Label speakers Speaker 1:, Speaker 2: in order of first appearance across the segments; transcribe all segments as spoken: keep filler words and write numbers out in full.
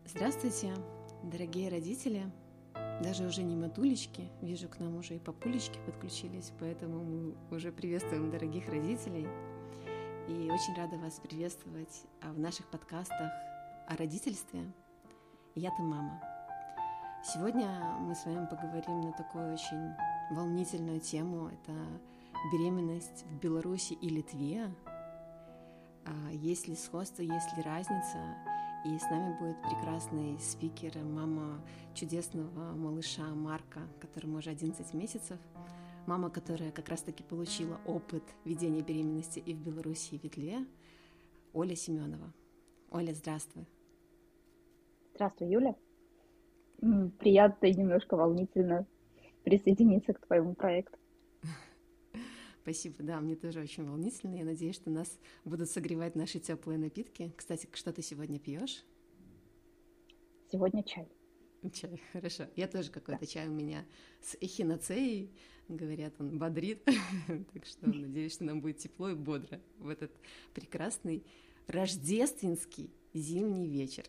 Speaker 1: Здравствуйте, дорогие родители, даже уже не матулечки, вижу, к нам уже и папулечки подключились, поэтому мы уже приветствуем дорогих родителей и очень рада вас приветствовать в наших подкастах о родительстве «Я-то мама». Сегодня мы с вами поговорим на такую очень волнительную тему, это беременность в Беларуси и Литве, есть ли сходство, есть ли разница. И с нами будет прекрасный спикер, мама чудесного малыша Марка, которому уже одиннадцать месяцев. Мама, которая как раз-таки получила опыт ведения беременности и в Беларуси, и в Литве, Оля Семенова. Оля, здравствуй.
Speaker 2: Здравствуй, Юля. Приятно и немножко волнительно присоединиться к твоему проекту.
Speaker 1: Спасибо, да, мне тоже очень волнительно. Я надеюсь, что нас будут согревать наши теплые напитки. Кстати, что ты сегодня пьешь?
Speaker 2: Сегодня чай.
Speaker 1: Чай, хорошо. Я тоже какой-то да. чай у меня с эхиноцеей. Говорят, он бодрит. Так что надеюсь, что нам будет тепло и бодро в этот прекрасный рождественский зимний вечер.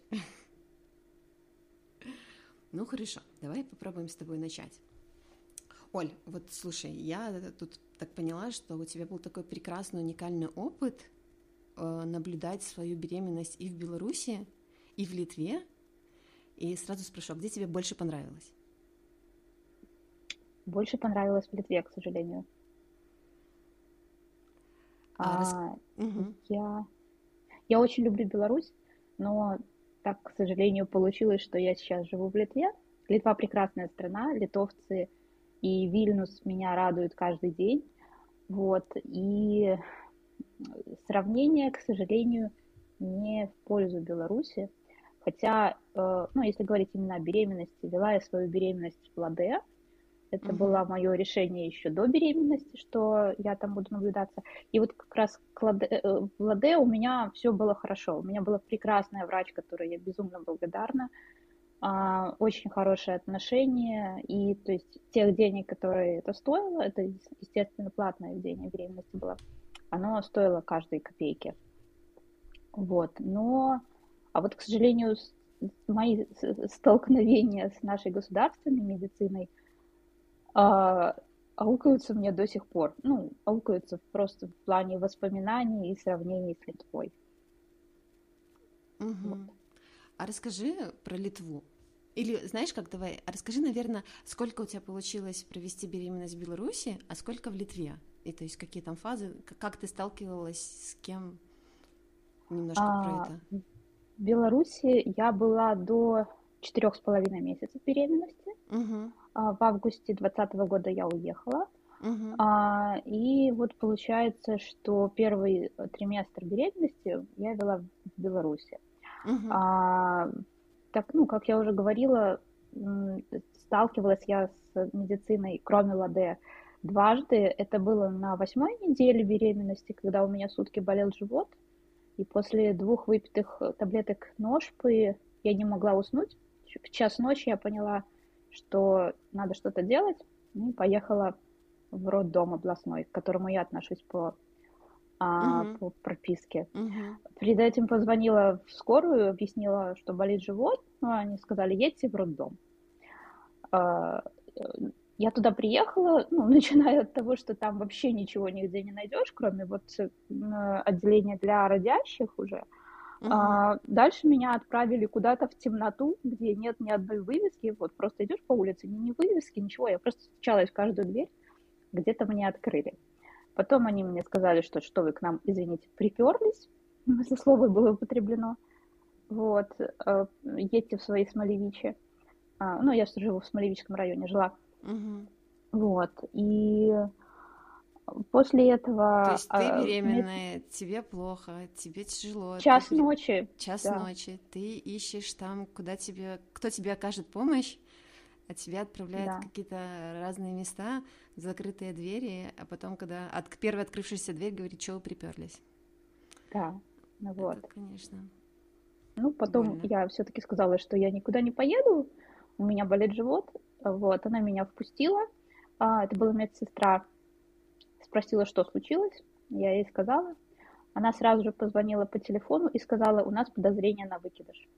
Speaker 1: Ну хорошо, давай попробуем с тобой начать. Оль, вот слушай, я тут так поняла, что у тебя был такой прекрасный, уникальный опыт э, наблюдать свою беременность и в Беларуси, и в Литве. И сразу спрошу, а где тебе больше понравилось?
Speaker 2: Больше понравилось в Литве, к сожалению.
Speaker 1: А,
Speaker 2: а,
Speaker 1: рас... угу.
Speaker 2: я, я очень люблю Беларусь, но так, к сожалению, получилось, что я сейчас живу в Литве. Литва прекрасная страна, литовцы и Вильнюс меня радуют каждый день. Вот. И сравнение, к сожалению, не в пользу Беларуси. Хотя, ну, если говорить именно о беременности, вела я свою беременность в Ладе. Это uh-huh. было мое решение еще до беременности, что я там буду наблюдаться. И вот как раз в Ладе у меня все было хорошо. У меня была прекрасная врач, которой я безумно благодарна. Очень хорошие отношения, и то есть тех денег, которые это стоило, это, естественно, платное ведение беременности было, оно стоило каждой копейки. Вот, но, а вот, к сожалению, мои столкновения с нашей государственной медициной а, аукаются мне до сих пор, ну, аукаются просто в плане воспоминаний и сравнений с Литвой.
Speaker 1: Угу. Вот. А расскажи про Литву. Или, знаешь как, давай, расскажи, наверное, сколько у тебя получилось провести беременность в Беларуси, а сколько в Литве? И то есть какие там фазы, как ты сталкивалась с кем? Немножко а, про это.
Speaker 2: В Беларуси я была до четырех с половиной месяцев беременности.
Speaker 1: Угу.
Speaker 2: А, в августе двадцатого года я уехала.
Speaker 1: Угу.
Speaker 2: А, и вот получается, что первый триместр беременности я вела в Беларуси.
Speaker 1: Угу.
Speaker 2: А, так, ну, как я уже говорила, сталкивалась я с медициной, кроме Ладе, дважды. Это было на восьмой неделе беременности, когда у меня сутки болел живот. И после двух выпитых таблеток ношпы я не могла уснуть. В час ночи я поняла, что надо что-то делать. И поехала в роддом областной, к которому я отношусь по А,
Speaker 1: угу.
Speaker 2: по прописке.
Speaker 1: Угу.
Speaker 2: Перед этим позвонила в скорую, объяснила, что болит живот, но они сказали, едьте в роддом. А, я туда приехала, ну, начиная от того, что там вообще ничего нигде не найдешь, кроме вот отделения для родящих уже.
Speaker 1: Угу.
Speaker 2: А, дальше меня отправили куда-то в темноту, где нет ни одной вывески, вот просто идешь по улице, ни, ни вывески, ничего, я просто стучалась в каждую дверь, где-то мне открыли. Потом они мне сказали, что что вы к нам, извините, приперлись, это слово было употреблено, вот, едьте в свои Смолевичи, ну, я живу в Смолевичском районе, жила,
Speaker 1: угу.
Speaker 2: вот, и после этого...
Speaker 1: То есть ты беременная, мне... тебе плохо, тебе тяжело.
Speaker 2: Час
Speaker 1: ты...
Speaker 2: ночи.
Speaker 1: Час
Speaker 2: да.
Speaker 1: ночи, ты ищешь там, куда тебе, кто тебе окажет помощь, а тебя отправляют
Speaker 2: да.
Speaker 1: в какие-то разные места, закрытые двери, а потом, когда от первой открывшаяся дверь говорит, что вы приперлись.
Speaker 2: Да, ну вот.
Speaker 1: Это, конечно.
Speaker 2: Ну, потом
Speaker 1: больно.
Speaker 2: Я все-таки сказала, что я никуда не поеду, у меня болит живот, вот, она меня впустила, а, это была медсестра, спросила, что случилось, я ей сказала, она сразу же позвонила по телефону и сказала, у нас подозрение на выкидыш.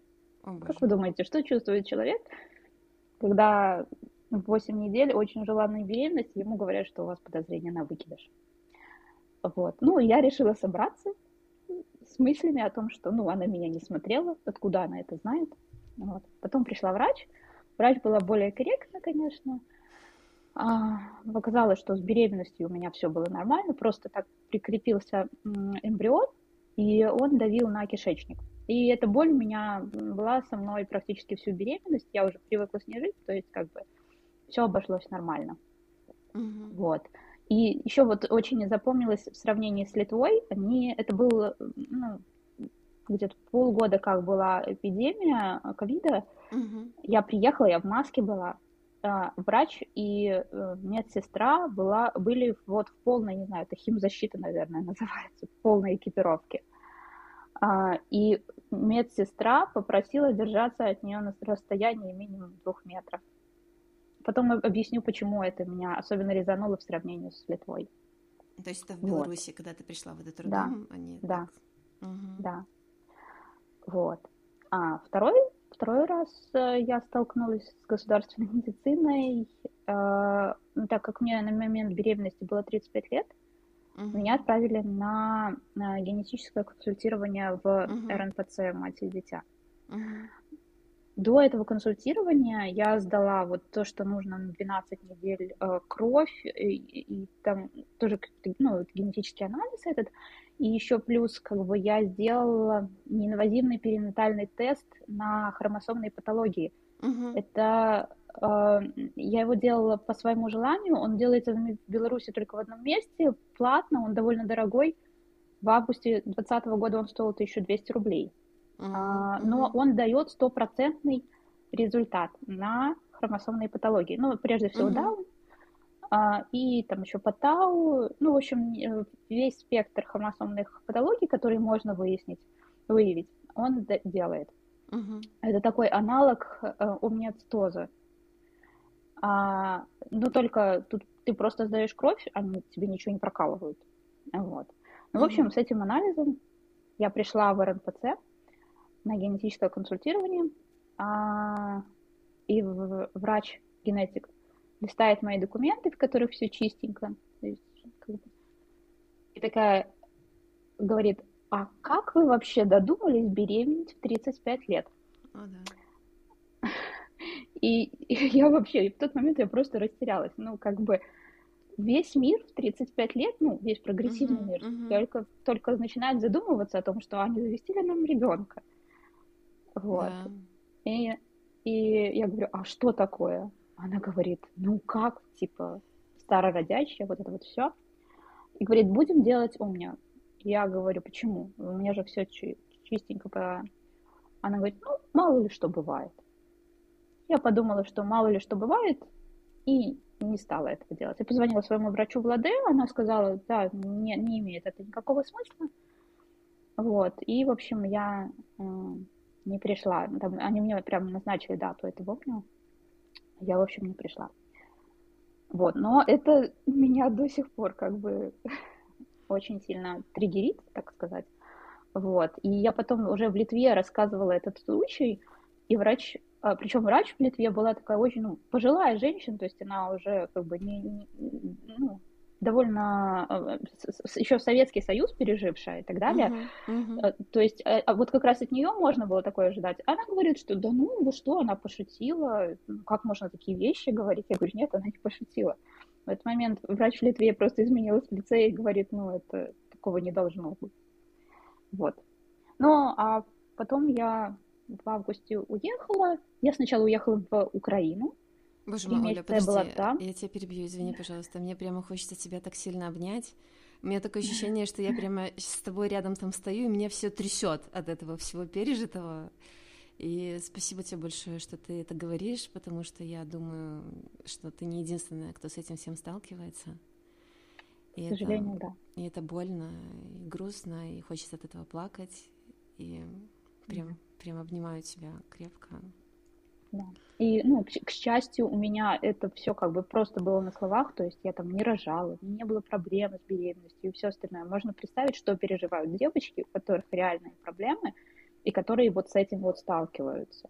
Speaker 1: О,
Speaker 2: Как
Speaker 1: боже.
Speaker 2: вы думаете, что чувствует человек, когда в восемь недель очень желанной беременности ему говорят, что у вас подозрение на выкидыш? Вот. Ну, я решила собраться с мыслями о том, что, ну, она меня не смотрела, откуда она это знает. Вот. Потом пришла врач. Врач была более корректна, конечно. А, оказалось, что с беременностью у меня все было нормально, просто так прикрепился эмбрион, и он давил на кишечник. И эта боль у меня была со мной практически всю беременность, я уже привыкла с ней жить, то есть как бы все обошлось нормально.
Speaker 1: Угу.
Speaker 2: Вот. И еще вот очень запомнилось в сравнении с Литвой, они, это был, ну, где-то полгода как была эпидемия ковида,
Speaker 1: Угу.
Speaker 2: я приехала, я в маске была, врач и медсестра была, были вот в полной, не знаю, это химзащита, наверное, называется, в полной экипировке. И медсестра попросила держаться от нее на расстоянии минимум двух метров. Потом объясню, почему это меня особенно резануло в сравнении с Литвой.
Speaker 1: То есть это в Беларуси, вот. Когда ты пришла в этот роддом,
Speaker 2: да,
Speaker 1: они
Speaker 2: да,
Speaker 1: так... Угу.
Speaker 2: Да. Вот. А второй, второй раз я столкнулась с государственной медициной, э, так как мне на момент беременности было тридцать пять лет, угу. Меня отправили на, на генетическое консультирование в угу. эр эн пэ цэ «Мать и дитя».
Speaker 1: Угу.
Speaker 2: До этого консультирования я сдала вот то, что нужно на двенадцать недель э, кровь, и, и там тоже ну, генетический анализ этот. И еще плюс как бы я сделала неинвазивный перинатальный тест на хромосомные патологии.
Speaker 1: Uh-huh.
Speaker 2: Это э, я его делала по своему желанию. Он делается в Беларуси только в одном месте, платно, он довольно дорогой. В августе двадцатого года он стоил тысячу двести рублей. Uh-huh. Но он дает стопроцентный результат на хромосомные патологии. Ну, прежде всего, uh-huh. Даун, а, и там еще по Тау. Ну, в общем, весь спектр хромосомных патологий, которые можно выяснить, выявить, он делает. Uh-huh. Это такой аналог э, омниоцитоза. А, но только тут ты просто сдаешь кровь, они тебе ничего не прокалывают. Вот. Ну, uh-huh. в общем, с этим анализом я пришла в эр эн пэ цэ на генетическое консультирование, а, и врач-генетик листает мои документы, в которых все чистенько. То есть, как бы, и такая говорит, а как вы вообще додумались беременеть в тридцать пять лет?
Speaker 1: Oh, да.
Speaker 2: И, и я вообще, в тот момент я просто растерялась. Ну, как бы весь мир в тридцать пять лет, ну, весь прогрессивный uh-huh, мир, uh-huh. Только, только начинает задумываться о том, что они завести ли нам ребенка. Вот. Да. И, и я говорю, а что такое? Она говорит, ну как, типа, старородящая, вот это вот все. И говорит, будем делать омнио. Я говорю, почему? У меня же все чистенько. По... Она говорит, ну, мало ли что бывает. Я подумала, что мало ли что бывает, и не стала этого делать. Я позвонила своему врачу в Ладе, она сказала, да, не, не имеет это никакого смысла. Вот. И, в общем, я... не пришла. Там, они мне прям назначили дату этого омнио. Я, в общем, не пришла. Вот. Но это меня до сих пор как бы очень сильно триггерит, так сказать. Вот. И я потом уже в Литве рассказывала этот случай, и врач, причем врач в Литве была такая очень, ну, пожилая женщина, то есть она уже как бы не, не ну, довольно еще Советский Союз пережившая и так далее. Uh-huh, uh-huh. То есть вот как раз от нее можно было такое ожидать. Она говорит, что да ну, вы что, она пошутила, как можно такие вещи говорить? Я говорю, нет, она не пошутила. В этот момент врач в Литве просто изменилась в лице и говорит, ну, это такого не должно быть. Вот. Ну, а потом я в августе уехала. Я сначала уехала в Украину.
Speaker 1: Боже мой, Оля, подожди, была там. Я тебя перебью, извини, пожалуйста. Мне прямо хочется тебя так сильно обнять. У меня такое ощущение, что я прямо с тобой рядом там стою, и меня все трясет от этого всего пережитого. И спасибо тебе большое, что ты это говоришь, потому что я думаю, что ты не единственная, кто с этим всем сталкивается. И
Speaker 2: К сожалению,
Speaker 1: это,
Speaker 2: да.
Speaker 1: И это больно, и грустно, и хочется от этого плакать. И прям, mm-hmm. прям обнимаю тебя крепко.
Speaker 2: Да. И, ну, к, к счастью, у меня это все как бы просто было на словах, то есть я там не рожала, не было проблем с беременностью и все остальное. Можно представить, что переживают девочки, у которых реальные проблемы, и которые вот с этим вот сталкиваются.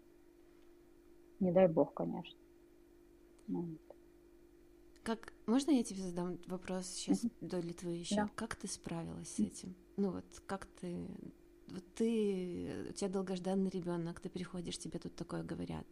Speaker 2: Не дай бог, конечно. Вот.
Speaker 1: Как, можно я тебе задам вопрос сейчас
Speaker 2: Мгм.
Speaker 1: до Литвы еще?
Speaker 2: Да.
Speaker 1: Как ты справилась с этим? Ну вот, как ты... Вот ты, у тебя долгожданный ребенок, ты приходишь, тебе тут такое говорят.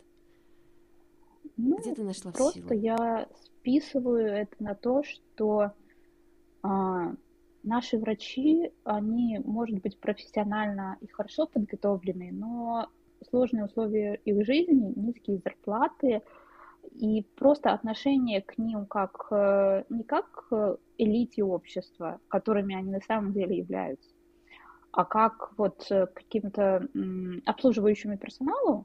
Speaker 1: Где
Speaker 2: Ну,
Speaker 1: ты нашла
Speaker 2: просто
Speaker 1: силы?
Speaker 2: я списываю это на то, что а, наши врачи, они, может быть, профессионально и хорошо подготовлены, но сложные условия их жизни, низкие зарплаты и просто отношение к ним как э, не как к элите общества, которыми они на самом деле являются, а как вот э, к каким-то м, обслуживающему персоналу,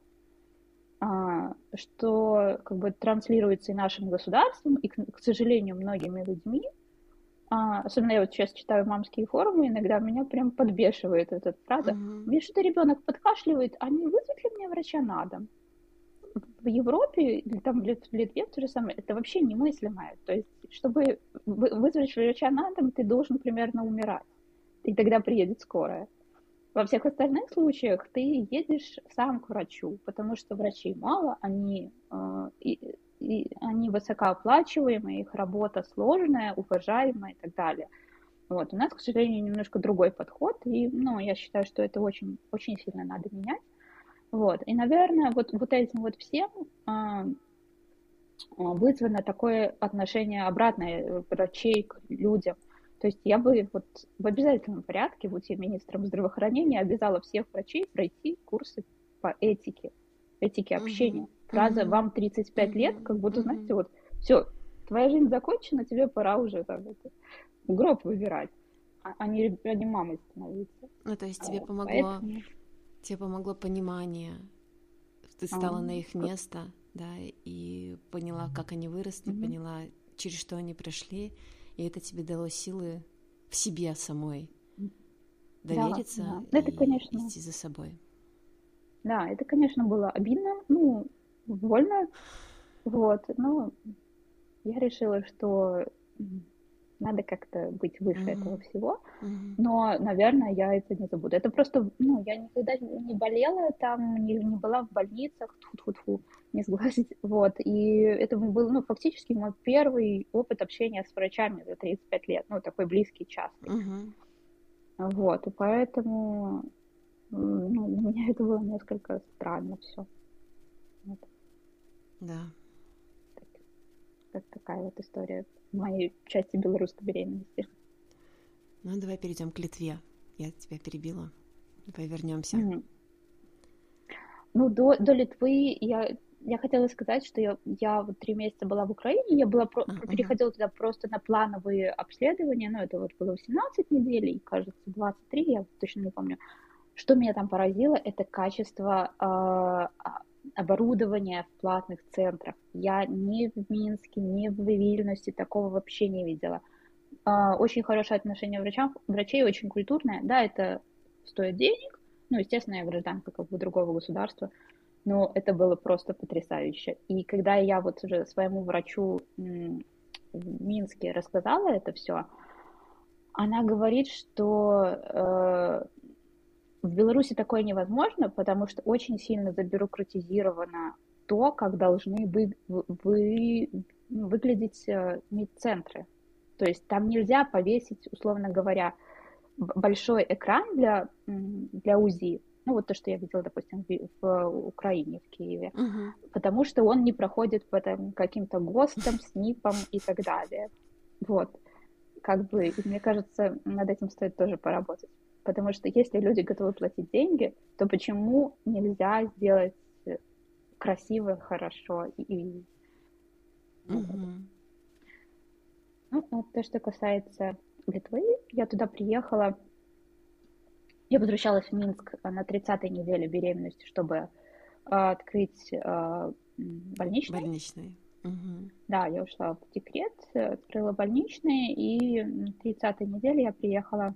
Speaker 2: а, что как бы транслируется и нашим государством, и, к, к сожалению, многими людьми. А, особенно я вот сейчас читаю мамские форумы, иногда меня прям подбешивает эта фраза.
Speaker 1: Угу.
Speaker 2: Мне что-то ребенок подкашливает, а не вызвать ли мне врача на дом? В Европе или там в Литве то же самое, это вообще немыслимое. То есть, чтобы вызвать врача на дом, ты должен примерно умирать. И тогда приедет скорая. Во всех остальных случаях ты едешь сам к врачу, потому что врачей мало, они, э, и, и они высокооплачиваемые, их работа сложная, уважаемая и так далее. Вот. У нас, к сожалению, немножко другой подход, и ну, я считаю, что это очень, очень сильно надо менять. Вот. И, наверное, вот, вот этим вот всем а, вызвано такое отношение обратное врачей к людям. То есть я бы вот в обязательном порядке, будь я министром здравоохранения, обязала всех врачей пройти курсы по этике, этике общения.
Speaker 1: Угу.
Speaker 2: Фраза
Speaker 1: Угу.
Speaker 2: «вам тридцать пять лет»,
Speaker 1: Угу.
Speaker 2: как будто, знаете,
Speaker 1: Угу.
Speaker 2: вот все, твоя жизнь закончена, тебе пора уже там, это, гроб выбирать, а, а не, а не мамой становиться.
Speaker 1: Ну, то есть тебе
Speaker 2: Вот,
Speaker 1: помогло,
Speaker 2: поэтому...
Speaker 1: тебе помогло понимание, ты
Speaker 2: А,
Speaker 1: стала на их
Speaker 2: как-
Speaker 1: место, да, и поняла, как они выросли,
Speaker 2: мгм.
Speaker 1: поняла, через что они прошли, и это тебе дало силы в себе самой
Speaker 2: Да,
Speaker 1: довериться
Speaker 2: да. Это,
Speaker 1: и
Speaker 2: конечно,
Speaker 1: идти за собой.
Speaker 2: да, это, конечно, было обидно, ну, больно, вот, но я решила, что м, надо как-то быть выше этого
Speaker 1: Мгм.
Speaker 2: всего,
Speaker 1: Мгм.
Speaker 2: но, наверное, я это не забуду. Это просто, ну, я никогда не болела там, не, не была в больницах, тьфу-тьфу-тьфу, не сглазить, вот, и это был, ну, фактически мой первый опыт общения с врачами за тридцать пять лет, ну, такой близкий, частый,
Speaker 1: Мгм.
Speaker 2: вот, и поэтому, м, ну, для меня это было несколько странно все. Вот.
Speaker 1: Да.
Speaker 2: Вот такая вот история в моей части белорусской беременности.
Speaker 1: Ну, давай перейдем к Литве. Я тебя перебила. Давай вернемся.
Speaker 2: Мгм. Ну, до, до Литвы я, я хотела сказать, что я, я вот три месяца была в Украине, я была про,
Speaker 1: А,
Speaker 2: про-
Speaker 1: мгм.
Speaker 2: переходила туда просто на плановые обследования, ну, это вот было восемнадцать недель, и, кажется, двадцать три, я точно не помню. Что меня там поразило, это качество а, а, оборудования в платных центрах. Я ни в Минске, ни в Вильнюсе такого вообще не видела. А, очень хорошее отношение врачам, врачей, очень культурное. Да, это стоит денег, ну, естественно, я гражданка как бы другого государства, но это было просто потрясающе. И когда я вот уже своему врачу м, в Минске рассказала это все, она говорит, что э, в Беларуси такое невозможно, потому что очень сильно забюрократизировано то, как должны вы, вы, выглядеть э, медцентры. То есть там нельзя повесить, условно говоря, большой экран для, для УЗИ. Ну, вот то, что я видела, допустим, в, в Украине, в Киеве.
Speaker 1: Мгм.
Speaker 2: Потому что он не проходит по там, каким-то ГОСТам, СНИПам и так далее. Вот. Как бы, и мне кажется, над этим стоит тоже поработать. Потому что если люди готовы платить деньги, то почему нельзя сделать красиво, хорошо и, и вот.
Speaker 1: Мгм.
Speaker 2: Ну, вот то, что касается Литвы, я туда приехала. Я возвращалась в Минск на тридцатой неделе беременности, чтобы а, открыть а, больничный.
Speaker 1: Больничный. Мгм.
Speaker 2: Да, я ушла в декрет, открыла больничный, и на тридцатой неделе я приехала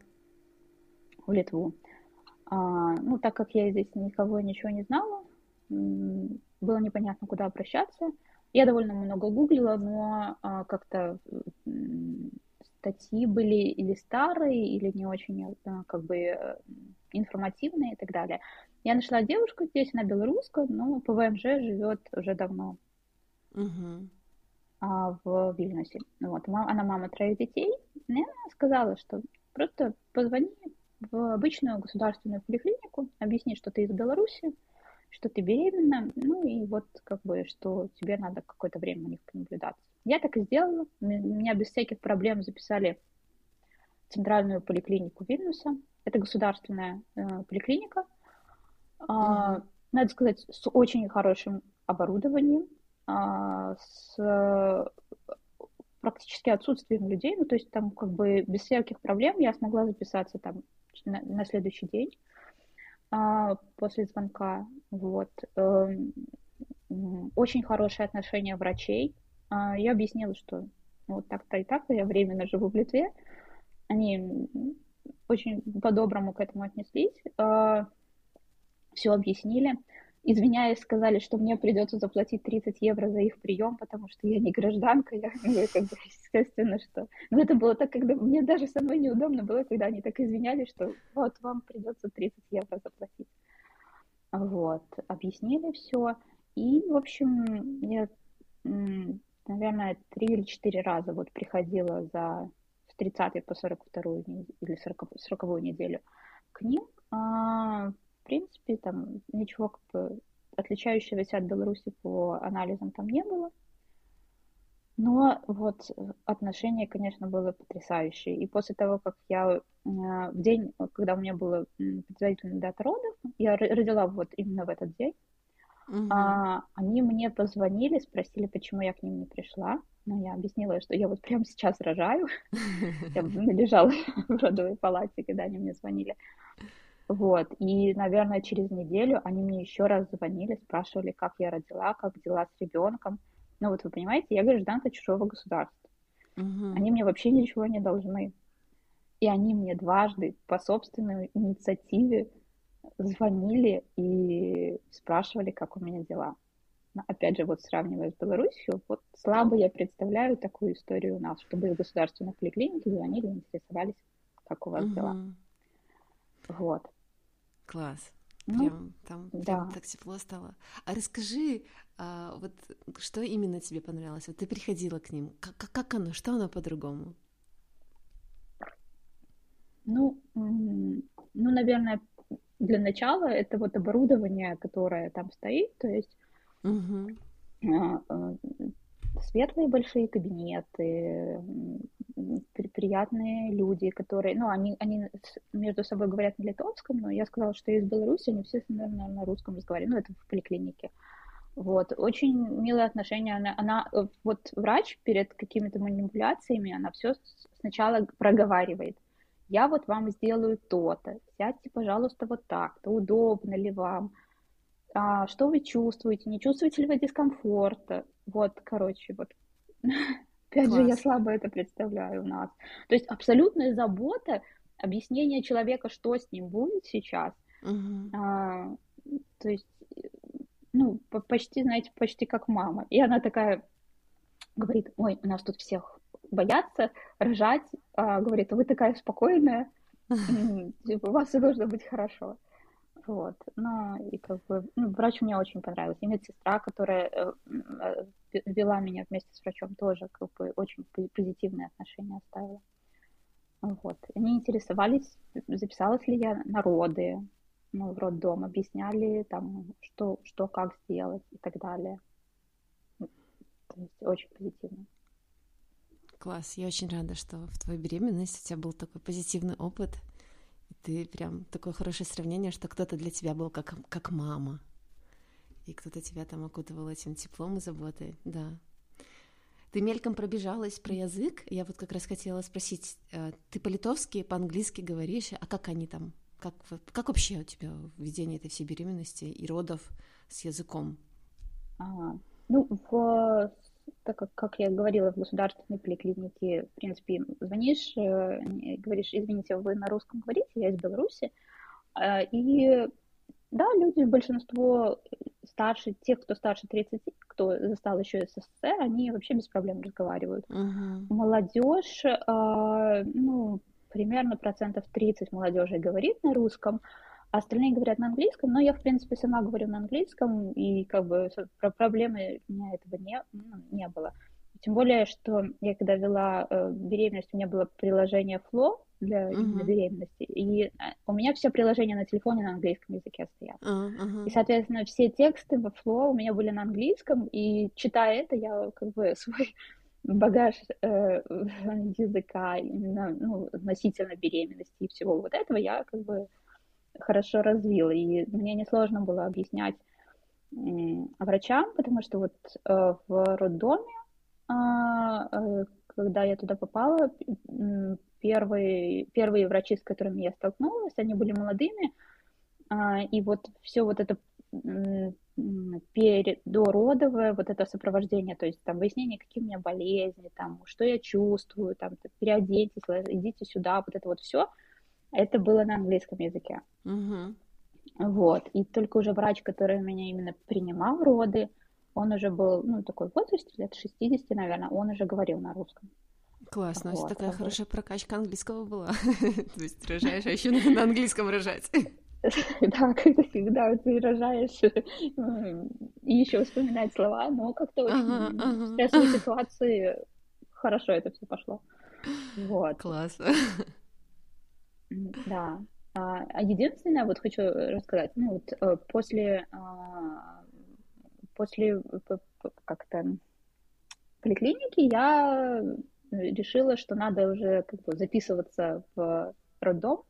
Speaker 2: в Литву. А, ну, так как я здесь никого ничего не знала, было непонятно, куда обращаться. Я довольно много гуглила, но а, как-то м, статьи были или старые, или не очень а, как бы информативные и так далее. Я нашла девушку здесь, она белорусская, но по ВМЖ живет уже давно
Speaker 1: Угу.
Speaker 2: а, в Вильнюсе. Вот. Ма- Она мама троих детей. И она сказала, что просто позвони в обычную государственную поликлинику, объясни, что ты из Беларуси, что ты беременна, ну и вот как бы, что тебе надо какое-то время у них понаблюдаться. Я так и сделала. Меня без всяких проблем записали в центральную поликлинику Вильнюса. Это государственная э, поликлиника. А,
Speaker 1: Угу.
Speaker 2: надо сказать, с очень хорошим оборудованием, а, с э, практически отсутствием людей, ну, то есть там как бы без всяких проблем я смогла записаться там на, на следующий день а, после звонка, вот. Эм, м, Очень хорошее отношение врачей. А, Я объяснила, что вот так-то и так-то я временно живу в Литве. Они м, очень по-доброму к этому отнеслись. А, все объяснили. Извиняясь, сказали, что мне придется заплатить тридцать евро за их прием, потому что я не гражданка, я, ну, и как бы, естественно, что... Но это было так, когда мне даже самой неудобно было, когда они так извинялись, что вот вам придется тридцать евро заплатить. Вот, объяснили все. И, в общем, я, наверное, три или четыре раза вот приходила за с тридцатой по сорок вторую или сороковую неделю к ним. А, в принципе, там ничего как бы отличающегося от Беларуси по анализам там не было. Но вот отношение, конечно, было потрясающее. И после того, как я э, в день, когда у меня была м, предварительная дата родов, я ро- родила вот именно в этот день,
Speaker 1: Угу.
Speaker 2: а, они мне позвонили, спросили, почему я к ним не пришла. Ну, я объяснила, что я вот прямо сейчас рожаю. Я лежала в родовой палате, когда они мне звонили. Вот. И, наверное, через неделю они мне еще раз звонили, спрашивали, как я родила, как дела с ребенком. Ну, вот вы понимаете, я гражданка чужого государства.
Speaker 1: Угу.
Speaker 2: Они мне вообще ничего не должны. И они мне дважды по собственной инициативе звонили и спрашивали, как у меня дела. Но опять же, вот сравнивая с Беларусью, вот слабо я представляю такую историю у нас, чтобы из государственной поликлиники звонили и интересовались, как у вас дела.
Speaker 1: Угу.
Speaker 2: Вот.
Speaker 1: Класс.
Speaker 2: Ну,
Speaker 1: Прям там прям
Speaker 2: да.
Speaker 1: так тепло стало. А расскажи, а, вот что именно тебе понравилось? Вот ты приходила к ним. Как, как, как оно? Что оно по-другому?
Speaker 2: Ну, м, ну, наверное, для начала это вот оборудование, которое там стоит, то есть
Speaker 1: Угу.
Speaker 2: а, а, светлые большие кабинеты, м, при- приятные люди, которые, ну, они, они с- между собой говорят на литовском, но я сказала, что я из Беларуси, они все, наверное, на русском разговаривают, ну, это в поликлинике. Вот, очень милое отношение, она, она, э, вот врач перед какими-то манипуляциями, она все сначала проговаривает. Я вот вам сделаю то-то, сядьте, пожалуйста, вот так-то, удобно ли вам, а, что вы чувствуете, не чувствуете ли вы дискомфорта, вот, короче, вот. Опять же, я
Speaker 1: Класс.
Speaker 2: слабо это представляю у нас. То есть абсолютная забота, объяснение человека, что с ним будет сейчас.
Speaker 1: Угу.
Speaker 2: А, то есть, ну, почти, знаете, почти как мама. И она такая говорит, ой, у нас тут всех боятся рожать. А, говорит, вы такая спокойная, типа, у вас все должно быть хорошо. Вот, ну, и как бы, ну, врач мне очень понравился. И медсестра, которая э, э, вела меня вместе с врачом, тоже как бы очень позитивные отношения оставила. Вот. Они интересовались, записалась ли я на роды, ну, в роддом, объясняли там, что, что как сделать и так далее. То есть очень позитивно.
Speaker 1: Класс. Я очень рада, что в твоей беременности у тебя был такой позитивный опыт. И ты прям такое хорошее сравнение, что кто-то для тебя был как, как мама. И кто-то тебя там окутывал этим теплом и заботой. Да. Ты мельком пробежалась про язык. Я вот как раз хотела спросить, э, ты по-литовски, по-английски говоришь, а как они там? Как, вот- как вообще у тебя введение этой всей беременности и родов с языком?
Speaker 2: Ага. Ну, в, так как, как я говорила, в государственной поликлинике, в принципе, звонишь, э, и говоришь, извините, вы на русском говорите, я из Беларуси. А, И да, люди, большинство старше, тех, кто старше тридцати, кто застал еще СССР, они вообще без проблем разговаривают.
Speaker 1: Угу.
Speaker 2: Молодежь, а, ну, примерно процентов тридцать молодежи говорит на русском, а остальные говорят на английском, но я, в принципе, сама говорю на английском, и как бы про проблемы у меня этого не, ну, не было. Тем более, что я когда вела э, беременность, у меня было приложение Flow для именно
Speaker 1: Мгм.
Speaker 2: беременности, и э, у меня все приложения на телефоне на английском языке стоят.
Speaker 1: А, ага.
Speaker 2: И, соответственно, все тексты во Flow у меня были на английском, и читая это, я как бы свой багаж э, языка, именно, ну, относительно беременности и всего вот этого, я как бы хорошо развила. И мне несложно было объяснять м, врачам, потому что вот э, в роддоме, а, э, когда я туда попала, м, первые, первые врачи, с которыми я столкнулась, они были молодыми, а, и вот все вот это м, м, перед, дородовое вот это сопровождение, то есть там выяснение, какие у меня болезни, там, что я чувствую, там, переоденьтесь, идите сюда, вот это вот все, это было на английском языке.
Speaker 1: Мгм.
Speaker 2: Вот. И только уже врач, который меня именно принимал роды, он уже был, ну, такой в возрасте, лет шестидесяти, наверное, он уже говорил на русском.
Speaker 1: Классно, у тебя
Speaker 2: Вот,
Speaker 1: такая
Speaker 2: как бы.
Speaker 1: хорошая прокачка английского была. То есть рожаешь, а еще на на английском рожать.
Speaker 2: Да, когда, когда ты рожаешь м, и еще вспоминать слова, но как-то
Speaker 1: Ага,
Speaker 2: очень в
Speaker 1: ага.
Speaker 2: стрессовой ситуации хорошо это все пошло. Вот.
Speaker 1: Классно.
Speaker 2: М, Да. А, а единственное, вот хочу рассказать, ну вот э, после, а, после п- п- как-то поликлинике я решила, что надо уже как бы записываться в роддом.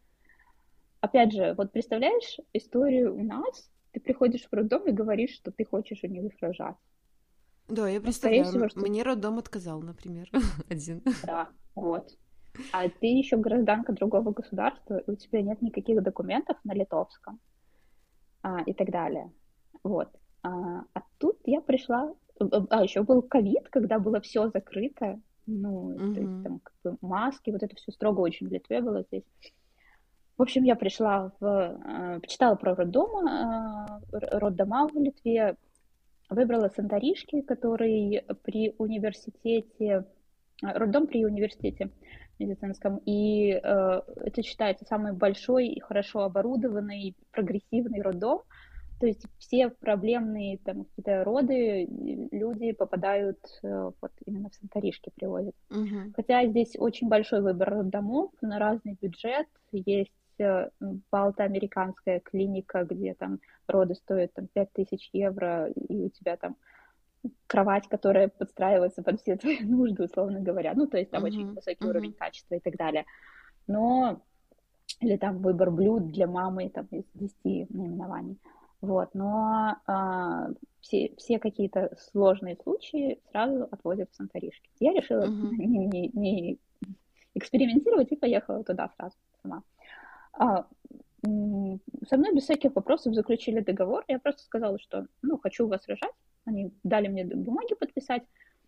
Speaker 2: Опять же, вот представляешь историю у нас, ты приходишь в роддом и говоришь, что ты хочешь у них рожать.
Speaker 1: Да, я
Speaker 2: Ну, скорее
Speaker 1: представляю.
Speaker 2: всего,
Speaker 1: м-
Speaker 2: что
Speaker 1: Мне роддом отказал, например, один.
Speaker 2: да, вот. А ты еще гражданка другого государства, и у тебя нет никаких документов на литовском, а, и так далее. Вот. А, а тут я пришла, а еще был ковид, когда было все закрыто, ну, то есть
Speaker 1: Мгм.
Speaker 2: там как бы маски, вот это все строго очень в Литве было здесь. В общем, я пришла в, э, почитала про роддома, э, р- роддома в Литве, выбрала Санторишки, который при университете, э, роддом при университете медицинском, и э, это считается самый большой и хорошо оборудованный, прогрессивный роддом. То есть все проблемные там какие-то роды люди попадают э, вот именно в Санторишки привозят.
Speaker 1: Мгм.
Speaker 2: Хотя здесь очень большой выбор домов на разный бюджет. Есть э, балтоамериканская клиника, где там роды стоят там, пять тысяч евро, и у тебя там кровать, которая подстраивается под все твои нужды, условно говоря. Ну, то есть там очень
Speaker 1: Мгм.
Speaker 2: высокий уровень
Speaker 1: Мгм.
Speaker 2: качества и так далее. Но или там выбор блюд для мамы там, из десяти наименований. Вот, но а, все, все какие-то сложные случаи сразу отвозят в Санторишки. Я решила
Speaker 1: Мгм.
Speaker 2: не, не, не экспериментировать и поехала туда сразу сама. А, м, со мной без всяких вопросов заключили договор. Я просто сказала, что ну, хочу у вас рожать. Они дали мне бумаги подписать.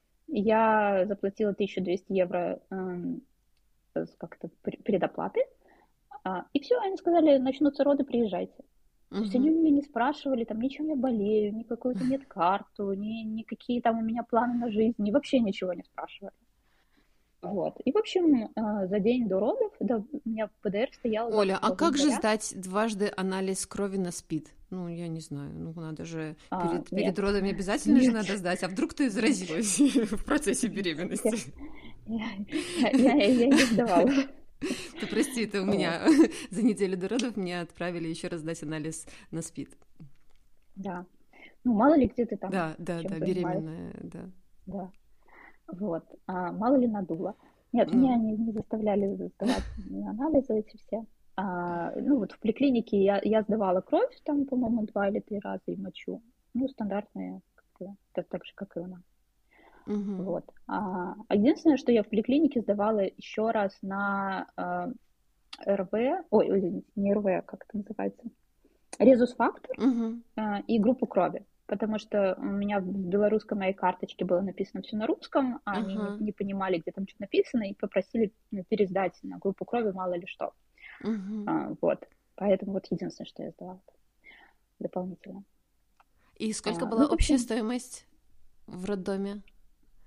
Speaker 2: Я заплатила тысячу двести евро эм, как-то предоплаты. А, и все, они сказали, начнутся роды, приезжайте. То есть они
Speaker 1: Мгм.
Speaker 2: у меня не спрашивали, там, ни чем я болею, ни какую-то нет карту, ни, ни какие там у меня планы на жизнь, ни вообще ничего не спрашивали. Вот. И, в общем, а, за день до родов, да, у меня ПДР стоял
Speaker 1: Оля, а
Speaker 2: двадцать второго
Speaker 1: как же
Speaker 2: января.
Speaker 1: сдать дважды анализ крови на СПИД? Ну, я не знаю. Ну, надо же
Speaker 2: А,
Speaker 1: перед, перед
Speaker 2: нет,
Speaker 1: родами обязательно же
Speaker 2: нет,
Speaker 1: надо сдать. А вдруг ты
Speaker 2: нет,
Speaker 1: заразилась в процессе
Speaker 2: я,
Speaker 1: беременности?
Speaker 2: я, я, я, я не сдавала.
Speaker 1: Ты прости, это у
Speaker 2: Вот,
Speaker 1: меня за неделю до родов мне отправили еще раз сдать анализ на СПИД.
Speaker 2: да. Ну, мало ли где ты там
Speaker 1: Да, да,
Speaker 2: чем
Speaker 1: да,
Speaker 2: занимаешься,
Speaker 1: беременная, да.
Speaker 2: да. Вот. А, мало ли надуло. Нет, меня
Speaker 1: Ну,
Speaker 2: не, не заставляли сдавать анализы эти все. А, ну, вот в поликлинике я, я сдавала кровь, там, по-моему, два или три раза и мочу. Ну, стандартные, как бы, так, так же, как и у нас.
Speaker 1: мгм.
Speaker 2: Вот. А, а единственное, что я в поликлинике сдавала еще раз на а, РВ, ой, ой, извините, не РВ, как это называется, резус-фактор
Speaker 1: Мгм.
Speaker 2: а, и группу крови. Потому что у меня в белорусской моей карточке было написано все на русском, а они не,
Speaker 1: Ага.
Speaker 2: не понимали, где там что написано, и попросили ну, пересдать на группу крови, мало ли что.
Speaker 1: Мгм.
Speaker 2: А, вот. Поэтому вот единственное, что я сдавала дополнительно.
Speaker 1: И сколько
Speaker 2: А,
Speaker 1: была
Speaker 2: ну, в
Speaker 1: общая
Speaker 2: общем,
Speaker 1: стоимость в роддоме?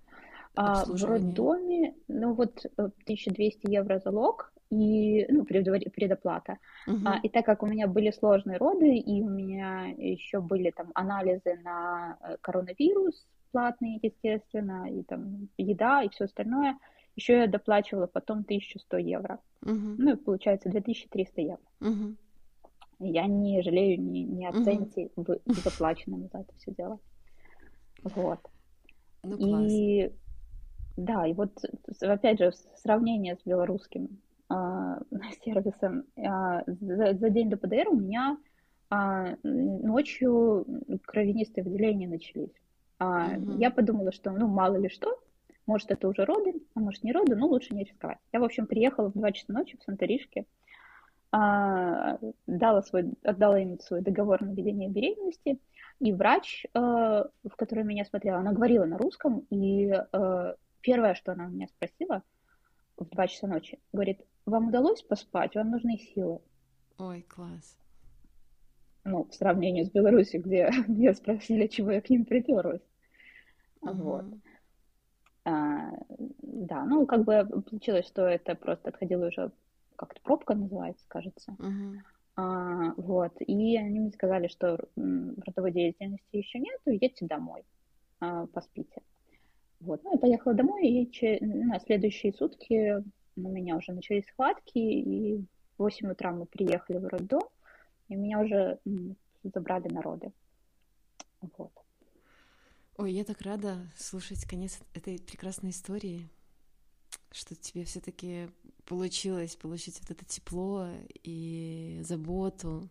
Speaker 2: А в
Speaker 1: обслуживание?
Speaker 2: роддоме, ну вот э, тысяча двести евро залог и, ну, предвари- предоплата. А,
Speaker 1: Угу,
Speaker 2: и так как у меня были сложные роды, и у меня еще были там анализы на э, коронавирус платные, естественно, и там еда и все остальное, еще я доплачивала потом тысячу сто евро.
Speaker 1: угу,
Speaker 2: Ну, и получается две тысячи триста евро.
Speaker 1: угу,
Speaker 2: Я не жалею ни, ни о
Speaker 1: угу.
Speaker 2: центе в- заплаченном за это все дело. Вот.
Speaker 1: Ну, класс.
Speaker 2: И да, и вот с- опять же сравнение с белорусским а, сервисом. А, за, за день до П Д Р у меня а, ночью кровянистые выделения начались. А, я
Speaker 1: Угу,
Speaker 2: подумала, что ну мало ли что, может это уже роды, а может не роды, но лучше не рисковать. Я, в общем, приехала в два часа ночи в Санторишке, а, дала свой, отдала им свой договор на ведение беременности, и врач, э, в которой меня смотрела, она говорила на русском, и э, первое, что она у меня спросила в два часа ночи, говорит, вам удалось поспать, вам нужны силы.
Speaker 1: ой, класс.
Speaker 2: Ну, в сравнении с Беларусью, где меня спросили, чего я к ним приперлась. Вот.
Speaker 1: Угу,
Speaker 2: А, да, ну, как бы получилось, что это просто отходила уже, как-то пробка называется, кажется.
Speaker 1: угу.
Speaker 2: А, вот, и они мне сказали, что м, родовой деятельности еще нету, едьте домой, а, поспите. Вот, ну, я поехала домой, и че- на следующие сутки у меня уже начались схватки, и в восемь утра мы приехали в роддом, и меня уже м, забрали на роды. Вот.
Speaker 1: Ой, я так рада слушать конец этой прекрасной истории, что тебе все-таки получилось получить вот это тепло и заботу.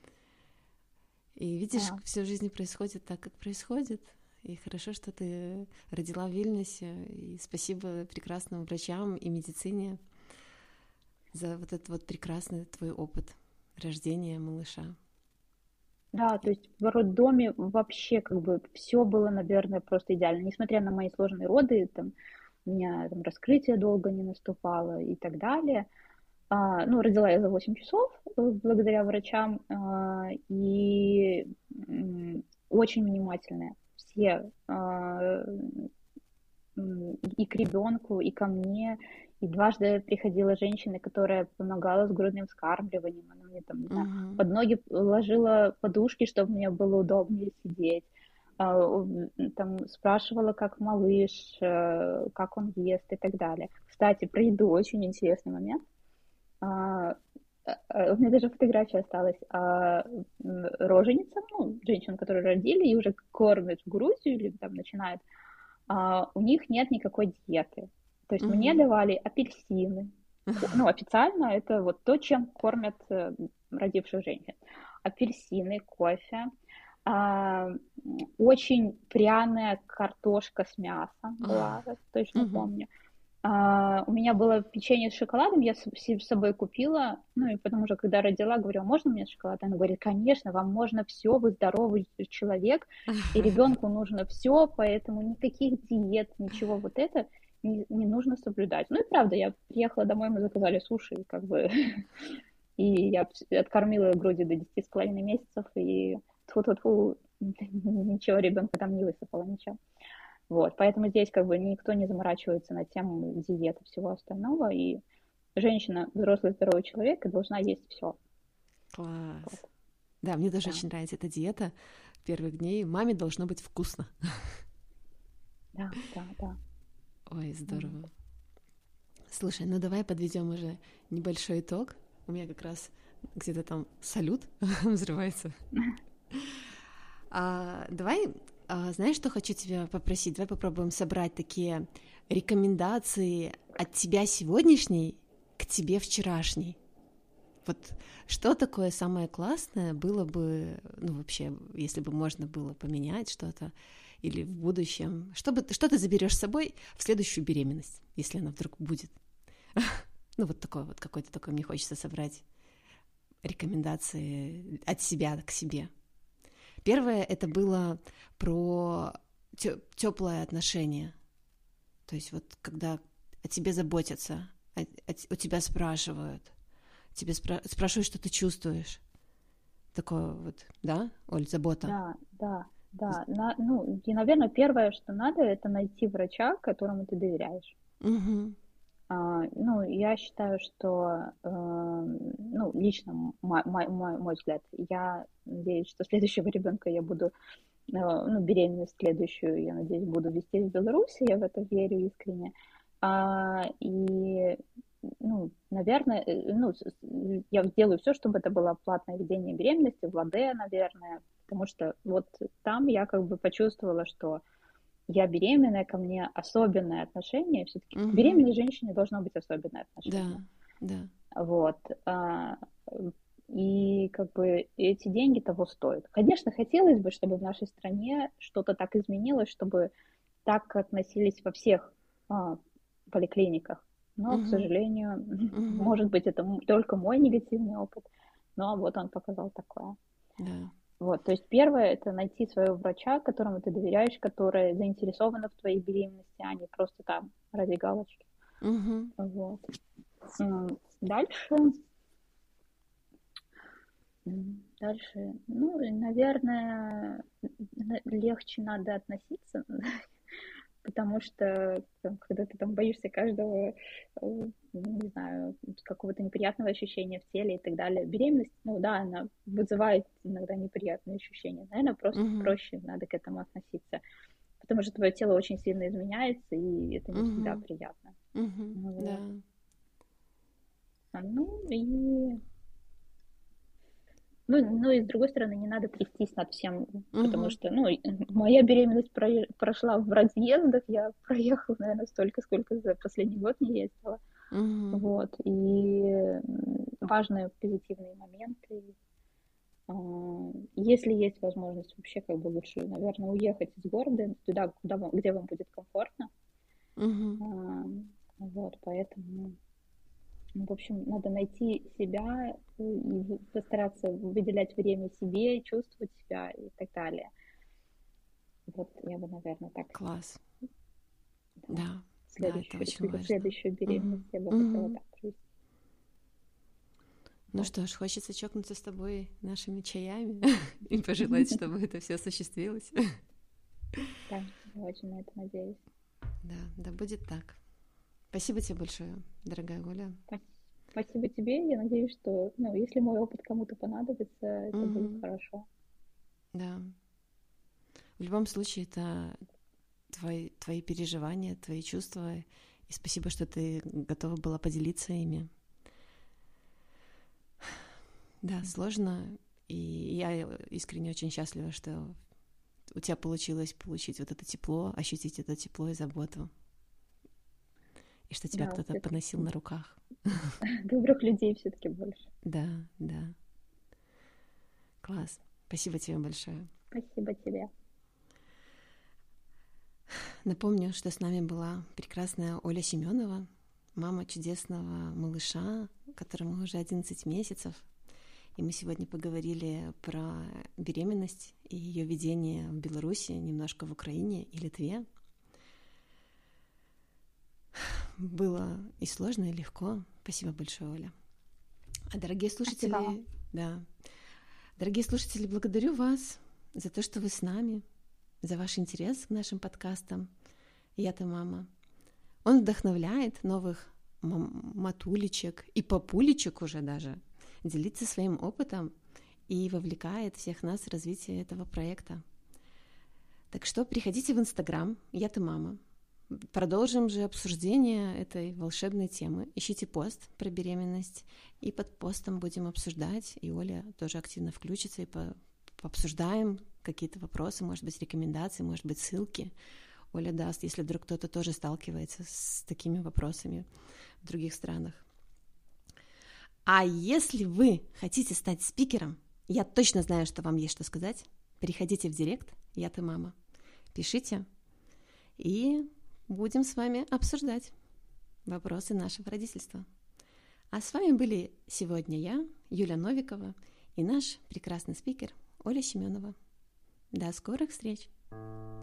Speaker 1: И видишь,
Speaker 2: Да,
Speaker 1: все в жизни происходит так, как происходит. И хорошо, что ты родила в Вильнюсе. И спасибо прекрасным врачам и медицине за вот этот вот прекрасный твой опыт рождения малыша.
Speaker 2: да, то есть в роддоме вообще как бы все было, наверное, просто идеально. Несмотря на мои сложные роды, там, у меня там раскрытие долго не наступало и так далее. А, ну, родила я за восемь часов э, благодаря врачам, а, и м, очень внимательные. Все, а, м, и к ребенку, и ко мне. И дважды приходила женщина, которая помогала с грудным вскармливанием. Она мне там, не знаю,
Speaker 1: Угу,
Speaker 2: под ноги ложила подушки, чтобы мне было удобнее сидеть. А, м, Там спрашивала, как малыш, э, как он ест и так далее. Кстати, про еду очень интересный момент. А, а, а, у меня даже фотография осталась. А, м, роженицам, ну, женщин, которые родили и уже кормят в Грузию или там начинают, а, у них нет никакой диеты. То есть мне
Speaker 1: угу.
Speaker 2: давали апельсины. Ко- Ну, официально это вот то, чем кормят э, родивших женщин. Апельсины, кофе, а, м, очень пряная картошка с мясом была, я точно
Speaker 1: Угу.
Speaker 2: помню. А, у меня было печенье с шоколадом, я с с собой купила, ну и потому что, когда родила, говорю: "А можно мне шоколад?" Она говорит: "Конечно, вам можно все, вы здоровый человек, и ребенку нужно все, поэтому никаких диет, ничего вот это не не нужно соблюдать". Ну и правда, я приехала домой, мы заказали суши, как бы, и я вс откормила груди до десяти с половиной месяцев, и тьфу-тьфу-тьфу, ничего ребенка там не высыпало, ничего. Вот, поэтому здесь как бы никто не заморачивается на тему диеты и всего остального, и женщина, взрослый здоровый человек, и должна есть все. Вот,
Speaker 1: Класс. Да, мне даже
Speaker 2: да,
Speaker 1: очень нравится эта диета первых дней. Маме должно быть вкусно.
Speaker 2: да, да, да.
Speaker 1: Ой,
Speaker 2: Вот.
Speaker 1: здорово. Слушай, ну давай подведем уже небольшой итог. У меня как раз где-то там салют взрывается. А, давай, а, знаешь, что хочу тебя попросить? Давай попробуем собрать такие рекомендации от тебя сегодняшней к тебе вчерашней. Вот что такое самое классное было бы, ну вообще, если бы можно было поменять что-то или в будущем, что, бы, что ты заберешь с собой в следующую беременность, если она вдруг будет? Ну вот такое вот, какой-то такой мне хочется собрать рекомендации от себя к себе. Первое это было про теплое отношение. То есть вот когда о тебе заботятся, о, о, у тебя спрашивают, тебе спра- спрашивают, что ты чувствуешь. Такое вот, да, Оль, забота.
Speaker 2: Да, да, Да, на, ну, и, наверное, первое, что надо, это найти врача, которому ты доверяешь.
Speaker 1: Угу.
Speaker 2: А, ну, я считаю, что, э, ну, лично мой, мой, мой взгляд, я надеюсь, что следующего ребенка я буду, э, ну, беременность следующую, я надеюсь, буду вести в Беларуси, я в это верю искренне. А, и, ну, наверное, ну, я сделаю все, чтобы это было платное ведение беременности в Ладе, наверное, потому что вот там я как бы почувствовала, что я беременная, ко мне особенное отношение. Все-таки к
Speaker 1: Угу.
Speaker 2: беременной женщине должно быть особенное отношение.
Speaker 1: Да, да.
Speaker 2: Вот. И как бы эти деньги того стоят. Конечно, хотелось бы, чтобы в нашей стране что-то так изменилось, чтобы так относились во всех а, поликлиниках. Но, к
Speaker 1: Угу.
Speaker 2: сожалению,
Speaker 1: Угу.
Speaker 2: может быть, это только мой негативный опыт. Но вот он показал такое.
Speaker 1: Да.
Speaker 2: Вот, то есть первое – это найти своего врача, которому ты доверяешь, который заинтересован в твоей беременности, а не просто там ради галочки.
Speaker 1: Угу.
Speaker 2: Вот. Дальше, дальше, ну, наверное, легче надо относиться, потому что там, когда ты там боишься каждого, не знаю, какого-то неприятного ощущения в теле и так далее. Беременность, ну да, она вызывает иногда неприятные ощущения. Наверное, просто
Speaker 1: Угу.
Speaker 2: проще надо к этому относиться. Потому что твое тело очень сильно изменяется, и это не
Speaker 1: Угу.
Speaker 2: всегда приятно.
Speaker 1: Угу.
Speaker 2: Вот.
Speaker 1: Да.
Speaker 2: Ну и... Ну, ну и с другой стороны, не надо трястись над всем,
Speaker 1: Угу.
Speaker 2: потому что, ну, моя беременность про... прошла в разъездах, я проехала, наверное, столько, сколько за последний год не ездила.
Speaker 1: Угу.
Speaker 2: Вот, и важные позитивные моменты. Если есть возможность, вообще как бы лучше, наверное, уехать из города туда, куда вам, где вам будет комфортно.
Speaker 1: Угу.
Speaker 2: Вот, поэтому, в общем, надо найти себя и постараться выделять время себе, чувствовать себя и так далее. Вот я бы, наверное, так.
Speaker 1: Класс.
Speaker 2: Да.
Speaker 1: Да.
Speaker 2: Следующую,
Speaker 1: да, это очень важно.
Speaker 2: Следующую беременность
Speaker 1: угу.
Speaker 2: я бы хотела
Speaker 1: угу.
Speaker 2: так провести.
Speaker 1: Ну вот. Что ж, хочется чокнуться с тобой нашими чаями и пожелать, чтобы это все осуществилось.
Speaker 2: Да, я очень на это надеюсь.
Speaker 1: Да, да будет так. Спасибо тебе большое, дорогая Оля.
Speaker 2: Спасибо тебе. Я надеюсь, что, ну, если мой опыт кому-то понадобится, это mm-hmm. будет хорошо.
Speaker 1: Да. В любом случае, это твои, твои переживания, твои чувства. И спасибо, что ты готова была поделиться ими. Да, mm-hmm. сложно. И я искренне очень счастлива, что у тебя получилось получить вот это тепло, ощутить это тепло и заботу. И что тебя да, кто-то все-таки поносил на руках.
Speaker 2: Добрых людей все-таки больше.
Speaker 1: Да, да. Класс. Спасибо тебе большое.
Speaker 2: Спасибо тебе.
Speaker 1: Напомню, что с нами была прекрасная Оля Семенова, мама чудесного малыша, которому уже одиннадцать месяцев. И мы сегодня поговорили про беременность и ее ведение в Беларуси, немножко в Украине и Литве. Было и сложно, и легко. Спасибо большое, Оля. А дорогие слушатели,
Speaker 2: Спасибо.
Speaker 1: да, дорогие слушатели, благодарю вас за то, что вы с нами, за ваш интерес к нашим подкастам. Я-то мама. Он вдохновляет новых матулечек и папулечек уже даже делиться своим опытом и вовлекает всех нас в развитие этого проекта. Так что приходите в Инстаграм «Я-то мама». Продолжим же обсуждение этой волшебной темы. Ищите пост про беременность, и под постом будем обсуждать, и Оля тоже активно включится, и по- пообсуждаем какие-то вопросы, может быть, рекомендации, может быть, ссылки. Оля даст, если вдруг кто-то тоже сталкивается с такими вопросами в других странах. А если вы хотите стать спикером, я точно знаю, что вам есть что сказать, переходите в директ «Я-то мама», пишите, и будем с вами обсуждать вопросы нашего родительства. А с вами были сегодня я, Юля Новикова, и наш прекрасный спикер Оля Семенова. До скорых встреч!